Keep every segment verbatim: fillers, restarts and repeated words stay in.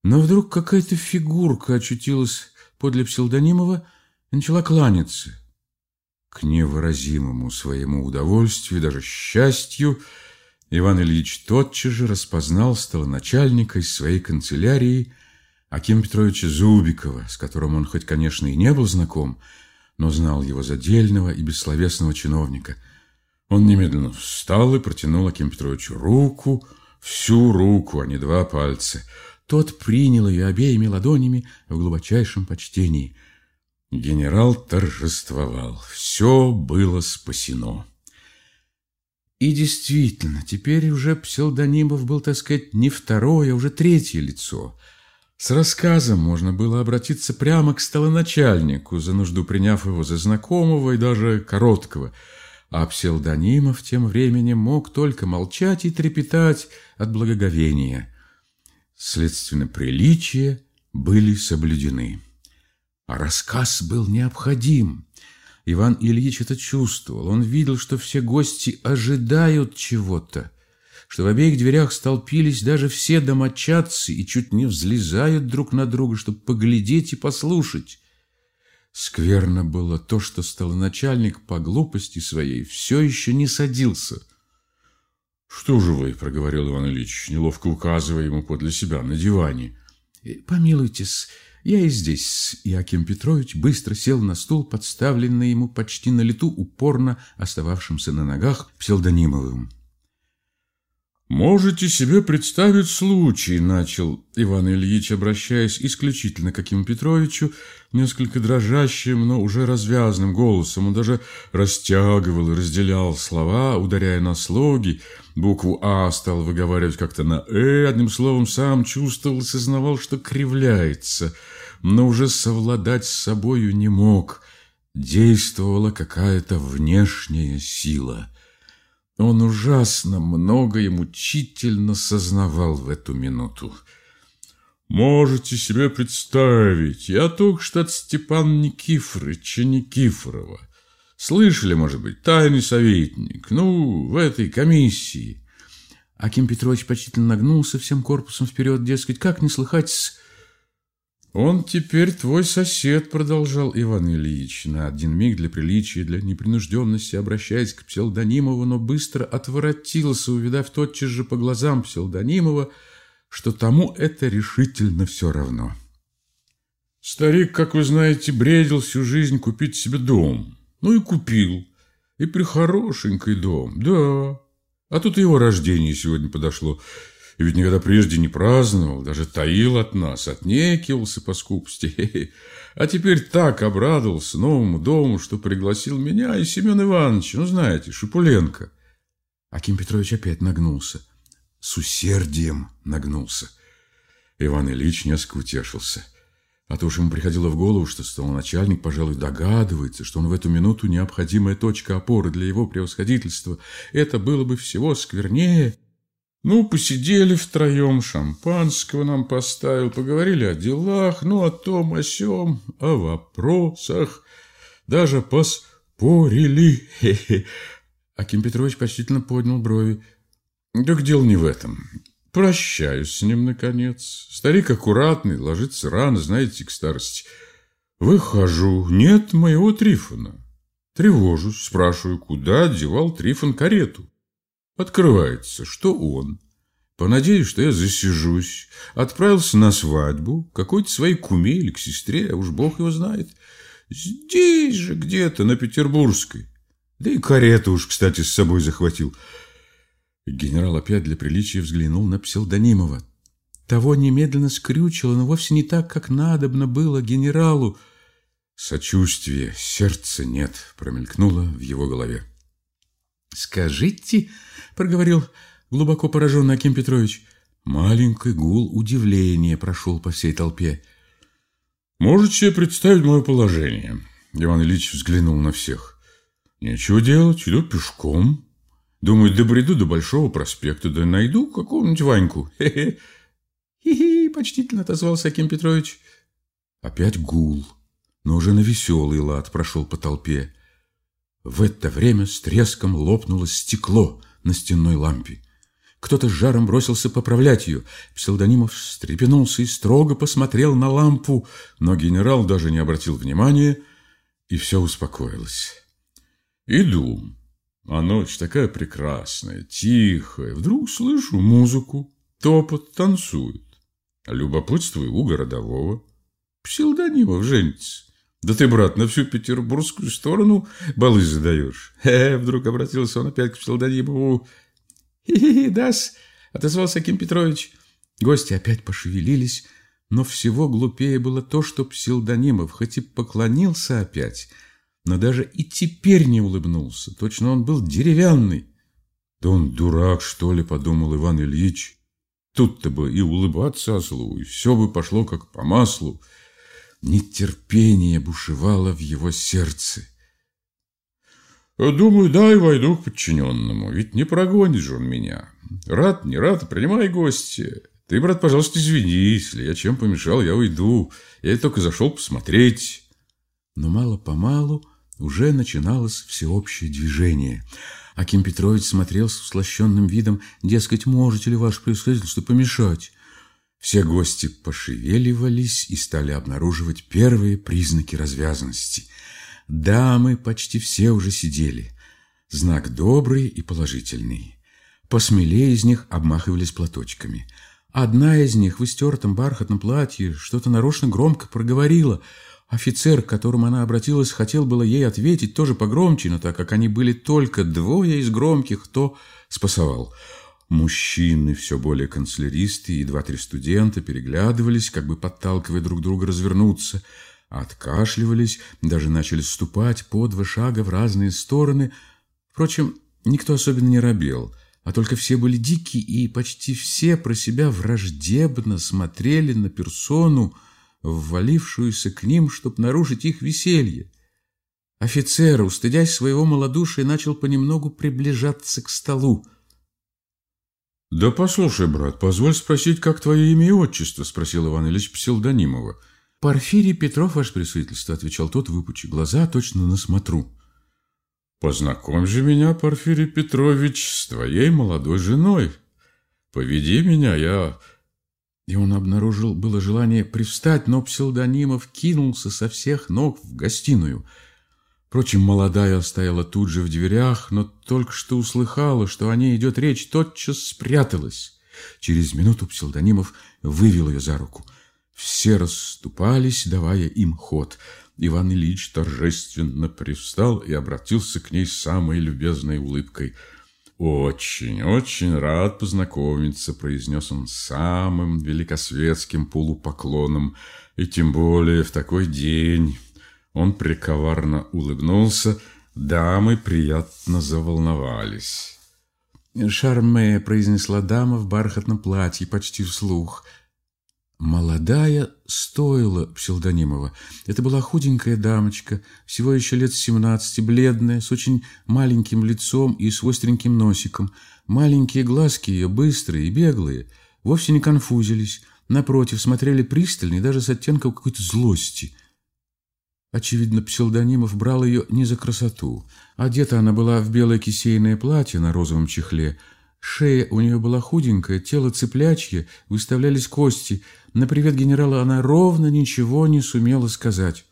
Но вдруг какая-то фигурка очутилась подле Псилдонимова и начала кланяться. К невыразимому своему удовольствию, даже счастью, Иван Ильич тотчас же распознал столоначальника из своей канцелярии Акима Петровича Зубикова, с которым он хоть, конечно, и не был знаком, но знал его за дельного и бессловесного чиновника. Он немедленно встал и протянул Акиму Петровичу руку, всю руку, а не два пальца. Тот принял ее обеими ладонями в глубочайшем почтении. Генерал торжествовал. Все было спасено. И действительно, теперь уже Псилдонимов был, так сказать, не второе, а уже третье лицо. С рассказом можно было обратиться прямо к столоначальнику, за нужду приняв его за знакомого и даже короткого. А Псилдонимов тем временем мог только молчать и трепетать от благоговения. Следственно, приличия были соблюдены. А рассказ был необходим. Иван Ильич это чувствовал. Он видел, что все гости ожидают чего-то, что в обеих дверях столпились даже все домочадцы и чуть не взлезают друг на друга, чтобы поглядеть и послушать. Скверно было то, что столоначальник по глупости своей все еще не садился. — Что же вы, — проговорил Иван Ильич, неловко указывая ему подле себя на диване. — Помилуйтесь, я и здесь. И Аким Петрович быстро сел на стул, подставленный ему почти на лету, упорно остававшимся на ногах Псилдонимовым. «Можете себе представить случай, — начал Иван Ильич, обращаясь исключительно к Акиму Петровичу, несколько дрожащим, но уже развязным голосом. Он даже растягивал и разделял слова, ударяя на слоги. Букву «А» стал выговаривать как-то на «э», одним словом, сам чувствовал и сознавал, что кривляется, но уже совладать с собою не мог. Действовала какая-то внешняя сила. Он ужасно много и мучительно сознавал в эту минуту. «Можете себе представить, я только что от Степана Никифоровича Никифорова. Слышали, может быть, тайный советник, ну, в этой комиссии». Аким Петрович почтительно нагнулся всем корпусом вперед, дескать, как не слыхать. «Он теперь твой сосед», — продолжал Иван Ильич, на один миг для приличия, для непринужденности, обращаясь к Псилдонимову, но быстро отворотился, увидав тотчас же по глазам Псилдонимова, что тому это решительно все равно. «Старик, как вы знаете, бредил всю жизнь купить себе дом. Ну и купил. И прихорошенький дом, да. А тут и его рождение сегодня подошло. И ведь никогда прежде не праздновал, даже таил от нас, отнекивался по скупости. А теперь так обрадовался новому дому, что пригласил меня и Семена Ивановича, ну, знаете, Шипуленко». Аким Петрович опять нагнулся. С усердием нагнулся. Иван Ильич несколько утешился. А то уж ему приходило в голову, что столоначальник, пожалуй, догадывается, что он в эту минуту необходимая точка опоры для его превосходительства. Это было бы всего сквернее. Ну, посидели втроем, шампанского нам поставил, поговорили о делах, ну, о том, о сём, о вопросах, даже поспорили. Хе-хе. Аким Петрович почтительно поднял брови. Так дело не в этом. Прощаюсь с ним, наконец. Старик аккуратный, ложится рано, знаете, к старости. Выхожу, нет моего Трифона. Тревожусь, спрашиваю, куда девал Трифон карету. Открывается, что он, понадеюсь, что я засижусь, отправился на свадьбу к какой-то своей куме или к сестре, а уж бог его знает. Здесь же где-то, на Петербургской. Да и карету уж, кстати, с собой захватил. Генерал опять для приличия взглянул на Псилдонимова. Того немедленно скрючило, но вовсе не так, как надобно было генералу. Сочувствия, сердца нет, промелькнуло в его голове. «Скажите, — проговорил глубоко пораженный Аким Петрович, — маленький гул удивления прошел по всей толпе. Можете себе представить мое положение?» Иван Ильич взглянул на всех. «Нечего делать, иду пешком. Думаю, добреду до Большого проспекта, да найду какого-нибудь Ваньку. Хе-хе». «Хи-хи», — почтительно отозвался Аким Петрович. Опять гул, но уже на веселый лад прошел по толпе. В это время с треском лопнуло стекло на стенной лампе. Кто-то с жаром бросился поправлять ее. Псилдонимов встрепенулся и строго посмотрел на лампу, но генерал даже не обратил внимания, и все успокоилось. Иду, а ночь такая прекрасная, тихая. Вдруг слышу музыку, топот, танцуют. Любопытствую у городового. Псилдонимов женится. Да ты, брат, на всю петербургскую сторону балы задаешь. Хе-хе, вдруг обратился он опять к Псилдонимову. «Хи-хи-хи, да-с», — отозвался Аким Петрович. Гости опять пошевелились, но всего глупее было то, что Псилдонимов хоть и поклонился опять, но даже и теперь не улыбнулся. Точно он был деревянный. «Да он дурак, что ли?» — подумал Иван Ильич. Тут-то бы и улыбаться ослу, и все бы пошло как по маслу. Нетерпение бушевало в его сердце. «Думаю, дай войду к подчиненному, ведь не прогонит же он меня. Рад, не рад, принимай гостя. Ты, брат, пожалуйста, извини, если я чем помешал, я уйду. Я только зашел посмотреть». Но мало-помалу уже начиналось всеобщее движение. Аким Петрович смотрел с услощенным видом, дескать, можете ли, ваше превосходительство, помешать? Все гости пошевеливались и стали обнаруживать первые признаки развязанности. Дамы почти все уже сидели. Знак добрый и положительный. Посмелее из них обмахивались платочками. Одна из них в истертом бархатном платье что-то нарочно громко проговорила. Офицер, к которому она обратилась, хотел было ей ответить тоже погромче, но так как они были только двое из громких, то спасовал. Мужчины, все более канцеляристы, и два-три студента переглядывались, как бы подталкивая друг друга развернуться, откашливались, даже начали ступать по два шага в разные стороны. Впрочем, никто особенно не робел, а только все были дикие, и почти все про себя враждебно смотрели на персону, ввалившуюся к ним, чтобы нарушить их веселье. Офицер, устыдясь своего малодушия, начал понемногу приближаться к столу. «Да послушай, брат, позволь спросить, как твое имя и отчество?» — спросил Иван Ильич Псилдонимова. «Порфирий Петров, ваше пресвительство», — отвечал тот, выпучив глаза, точно на смотру. «Познакомь же меня, Порфирий Петрович, с твоей молодой женой. Поведи меня, я...» И он обнаружил было желание привстать, но Псилдонимов кинулся со всех ног в гостиную. Впрочем, молодая стояла тут же в дверях, но только что услыхала, что о ней идет речь, тотчас спряталась. Через минуту Псилдонимов вывел ее за руку. Все расступались, давая им ход. Иван Ильич торжественно привстал и обратился к ней с самой любезной улыбкой. «Очень, очень рад познакомиться», — произнес он самым великосветским полупоклоном, «и тем более в такой день». Он приковарно улыбнулся, дамы приятно заволновались. «Шарме», — произнесла дама в бархатном платье, почти вслух. Молодая стоила Псилдонимова. Это была худенькая дамочка, всего еще лет семнадцати, бледная, с очень маленьким лицом и с остреньким носиком. Маленькие глазки ее, быстрые и беглые, вовсе не конфузились, напротив, смотрели пристально и даже с оттенком какой-то злости. Очевидно, Псилдонимов брал ее не за красоту. Одета она была в белое кисейное платье на розовом чехле. Шея у нее была худенькая, тело цыплячье, выставлялись кости. На привет генерала она ровно ничего не сумела сказать.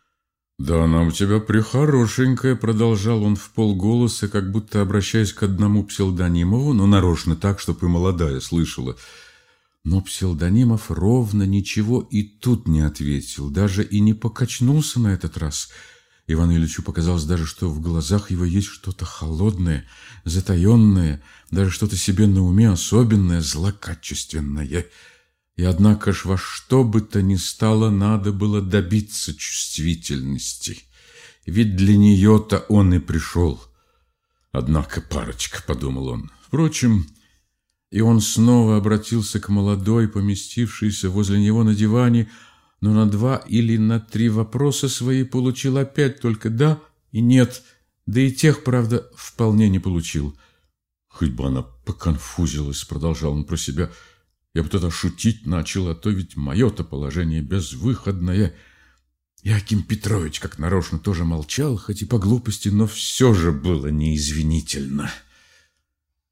«Да она у тебя прехорошенькая», — продолжал он вполголоса, как будто обращаясь к одному Псилдонимову, но нарочно так, чтобы и молодая слышала. Но Псилдонимов ровно ничего и тут не ответил, даже и не покачнулся на этот раз. Ивану Ильичу показалось даже, что в глазах его есть что-то холодное, затаенное, даже что-то себе на уме особенное, злокачественное. И однако ж во что бы то ни стало надо было добиться чувствительности, ведь для нее-то он и пришел. «Однако парочка», — подумал он. Впрочем, и он снова обратился к молодой, поместившейся возле него на диване, но на два или на три вопроса свои получил опять только «да» и «нет», да и тех, правда, вполне не получил. «Хоть бы она поконфузилась», — продолжал он про себя, — «я бы тогда шутить начал, а то ведь мое-то положение безвыходное». И Аким Петрович, как нарочно, тоже молчал, хоть и по глупости, но все же было неизвинительно.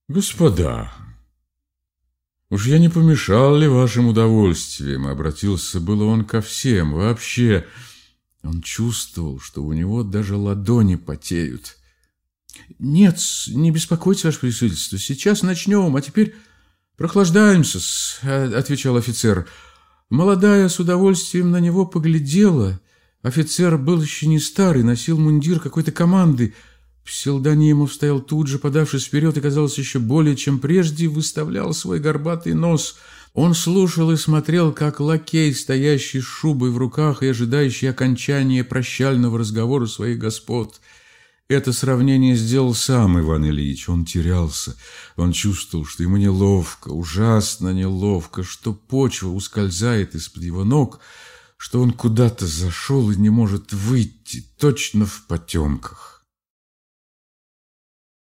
Господа, уж я не помешал ли вашим удовольствиям? Обратился было он ко всем. Вообще, он чувствовал, что у него даже ладони потеют. Нет, не беспокойтесь, ваше превосходительство, сейчас начнем, а теперь прохлаждаемся, отвечал офицер. Молодая с удовольствием на него поглядела. Офицер был еще не старый, носил мундир какой-то команды. Псилдонимов стоял тут же, подавшись вперед, и, казалось, еще более чем прежде выставлял свой горбатый нос. Он слушал и смотрел, как лакей, стоящий с шубой в руках и ожидающий окончания прощального разговора своих господ. Это сравнение сделал сам Иван Ильич. Он терялся. Он чувствовал, что ему неловко, ужасно неловко, что почва ускользает из-под его ног, что он куда-то зашел и не может выйти, точно в потемках.